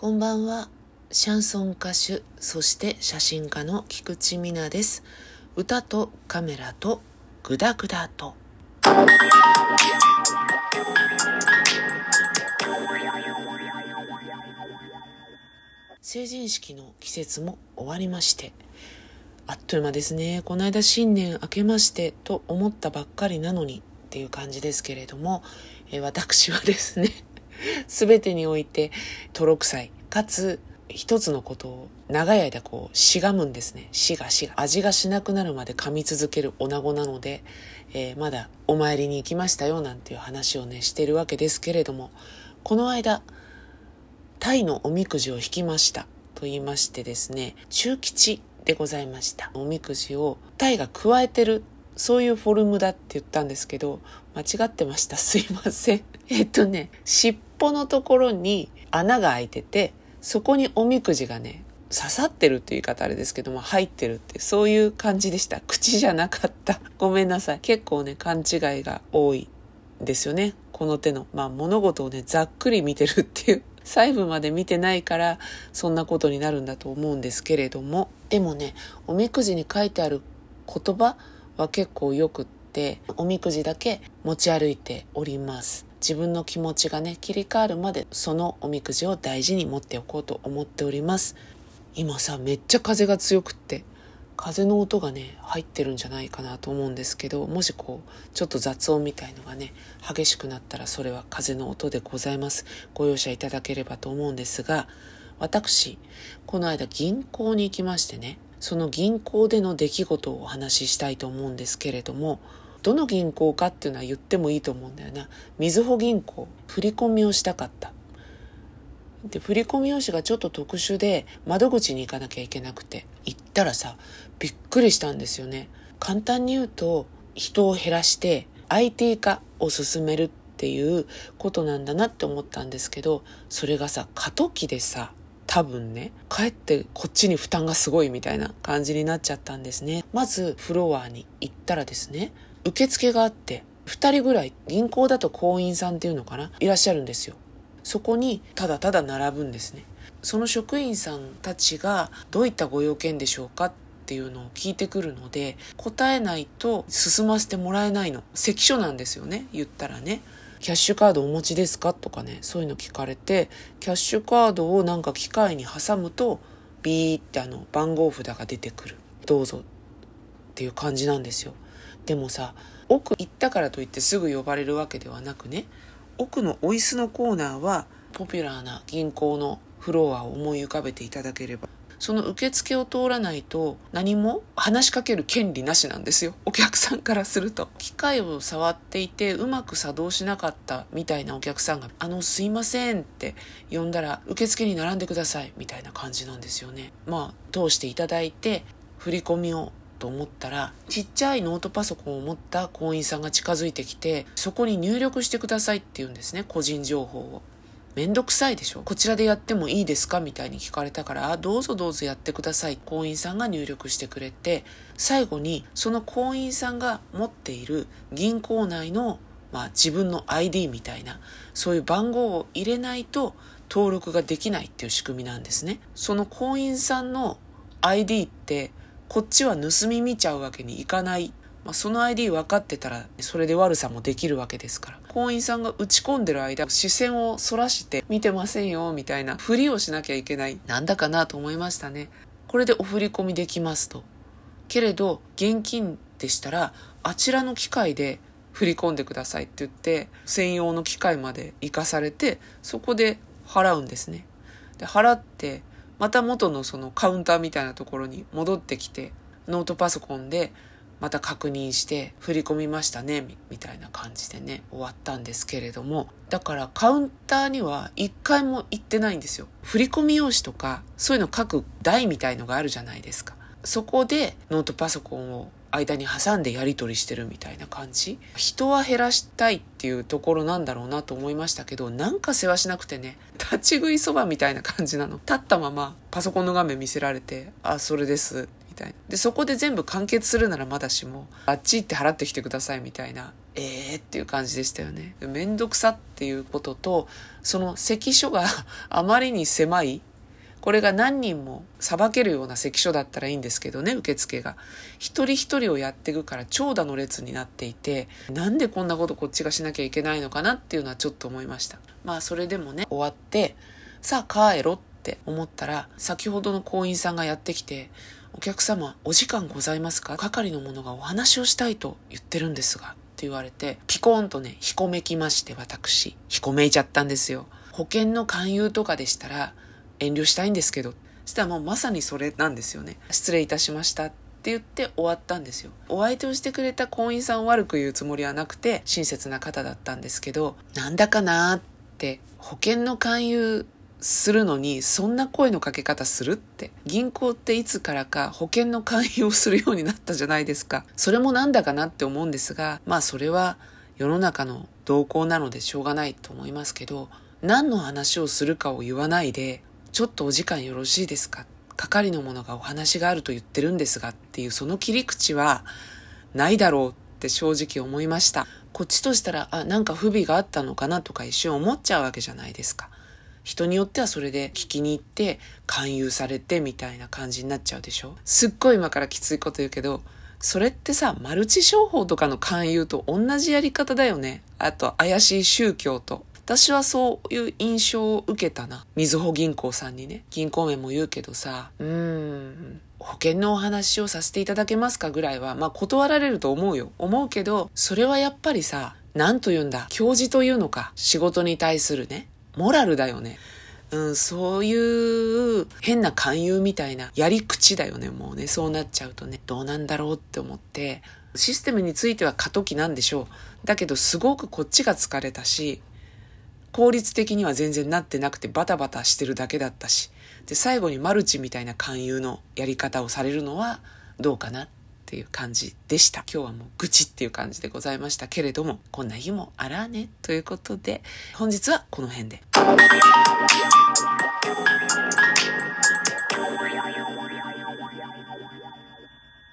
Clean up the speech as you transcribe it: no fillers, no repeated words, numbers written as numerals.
こんばんは。シャンソン歌手、そして写真家の菊池美奈です。歌とカメラとグダグダと。成人式の季節も終わりまして、あっという間ですね。この間新年明けましてと思ったばっかりなのにっていう感じですけれども、私はですねすべてにおいて泥臭いかつ一つのことを長い間しがむんですね。しが味がしなくなるまで噛み続ける女子なので、まだお参りに行きましたよなんていう話をねしているわけですけれども、この間タイのおみくじを引きましたと言いましてですね、中吉でございました。おみくじをタイが加えてる、そういうフォルムだって言ったんですけど、間違ってました。すいません。尻尾のところに穴が開いてて、そこにおみくじがね、刺さってるっていう言い方あれですけども、入ってるって、そういう感じでした。口じゃなかった。ごめんなさい。結構ね、勘違いが多いですよね。この手の。物事をね、ざっくり見てるっていう。細部まで見てないからそんなことになるんだと思うんですけれども、でもね、おみくじに書いてある言葉は結構よくって、おみくじだけ持ち歩いております。自分の気持ちがね切り替わるまでそのおみくじを大事に持っておこうと思っております。今さ、めっちゃ風が強くって、風の音がね入ってるんじゃないかなと思うんですけど、もしちょっと雑音みたいのがね激しくなったらそれは風の音でございます。ご容赦いただければと思うんですが、私この間銀行に行きましてね、その銀行での出来事をお話ししたいと思うんですけれども、どの銀行かっていうのは言ってもいいと思うんだよな。みずほ銀行、振り込みをしたかった。で、振り込み用紙がちょっと特殊で窓口に行かなきゃいけなくて、行ったらさ、びっくりしたんですよね。簡単に言うと、人を減らして IT 化を進めるっていうことなんだなって思ったんですけど、それがさ、過渡期でさ、多分ね、かえってこっちに負担がすごいみたいな感じになっちゃったんですね。まずフロアに行ったらですね、受付があって、2人ぐらい銀行だと行員さんっていうのかな、いらっしゃるんですよ。そこにただただ並ぶんですね。その職員さんたちがどういったご用件でしょうかっていうのを聞いてくるので、答えないと進ませてもらえないの。関所なんですよね、言ったらね。キャッシュカードお持ちですかとかね、そういうの聞かれて、キャッシュカードをなんか機械に挟むとビーって番号札が出てくる、どうぞっていう感じなんですよ。でもさ、奥行ったからといってすぐ呼ばれるわけではなくね、奥のお椅子のコーナーはポピュラーな銀行のフロアを思い浮かべていただければ、その受付を通らないと何も話しかける権利なしなんですよ、お客さんからすると。機械を触っていてうまく作動しなかったみたいなお客さんがすいませんって呼んだら、受付に並んでくださいみたいな感じなんですよね。通していただいて振り込みをと思ったら、ちっちゃいノートパソコンを持った行員さんが近づいてきて、そこに入力してくださいって言うんですね、個人情報を。めんどくさいでしょ、こちらでやってもいいですかみたいに聞かれたから、どうぞどうぞやってください。行員さんが入力してくれて、最後にその行員さんが持っている銀行内の自分の ID みたいな、そういう番号を入れないと登録ができないっていう仕組みなんですね。その行員さんの ID ってこっちは盗み見ちゃうわけにいかない。その ID 分かってたらそれで悪さもできるわけですから、行員さんが打ち込んでる間視線をそらして見てませんよみたいなふりをしなきゃいけない。なんだかなと思いましたね。これでお振り込みできますと。けれど現金でしたらあちらの機械で振り込んでくださいって言って専用の機械まで行かされて、そこで払うんですね。で払ってまた元のそのカウンターみたいなところに戻ってきて、ノートパソコンでまた確認して振り込みましたねみたいな感じでね終わったんですけれども、だからカウンターには一回も行ってないんですよ。振り込み用紙とかそういうの書く台みたいのがあるじゃないですか。そこでノートパソコンを間に挟んでやり取りしてるみたいな感じ。人は減らしたいっていうところなんだろうなと思いましたけど、なんか世話しなくてね、立ち食いそばみたいな感じなの。立ったままパソコンの画面見せられて、それですみたいな。でそこで全部完結するならまだしも、あっち行って払ってきてくださいみたいなっていう感じでしたよね。めんどくさっていうことと、その関所があまりに狭い、これが何人もさばけるような関所だったらいいんですけどね、受付が。一人一人をやっていくから長蛇の列になっていて、なんでこんなことこっちがしなきゃいけないのかなっていうのはちょっと思いました。まあそれでもね、終わって、さあ帰ろって思ったら、先ほどの行員さんがやってきて、お客様お時間ございますか？係の者がお話をしたいと言ってるんですが、って言われて、ピコーンとね、ひこめきまして、私、ひこめいちゃったんですよ。保険の勧誘とかでしたら、遠慮したいんですけど、そしたらもうまさにそれなんですよね。失礼いたしましたって言って終わったんですよ。お相手をしてくれた行員さんを悪く言うつもりはなくて、親切な方だったんですけど、なんだかなーって、保険の勧誘するのにそんな声のかけ方するって。銀行っていつからか保険の勧誘をするようになったじゃないですか。それもなんだかなって思うんですが、まあそれは世の中の動向なのでしょうがないと思いますけど、何の話をするかを言わないで、ちょっとお時間よろしいですか？係の者がお話があると言ってるんですがっていうその切り口はないだろうって正直思いました。こっちとしたら、なんか不備があったのかなとか一瞬思っちゃうわけじゃないですか。人によってはそれで聞きに行って勧誘されてみたいな感じになっちゃうでしょ。すっごい今からきついこと言うけど、それってさ、マルチ商法とかの勧誘と同じやり方だよね。あと怪しい宗教と。私はそういう印象を受けたな。みずほ銀行さんにね。銀行名も言うけどさ、保険のお話をさせていただけますかぐらいは、まあ断られると思うよ。思うけど、それはやっぱりさ、なんと言うんだ、教示というのか、仕事に対するね、モラルだよね。そういう変な勧誘みたいなやり口だよね、もうね。そうなっちゃうとね、どうなんだろうって思って、システムについては過渡期なんでしょう。だけどすごくこっちが疲れたし、効率的には全然なってなくてバタバタしてるだけだったし、で最後にマルチみたいな勧誘のやり方をされるのはどうかなっていう感じでした。今日はもう愚痴っていう感じでございましたけれども、こんな日もあらねということで、本日はこの辺で。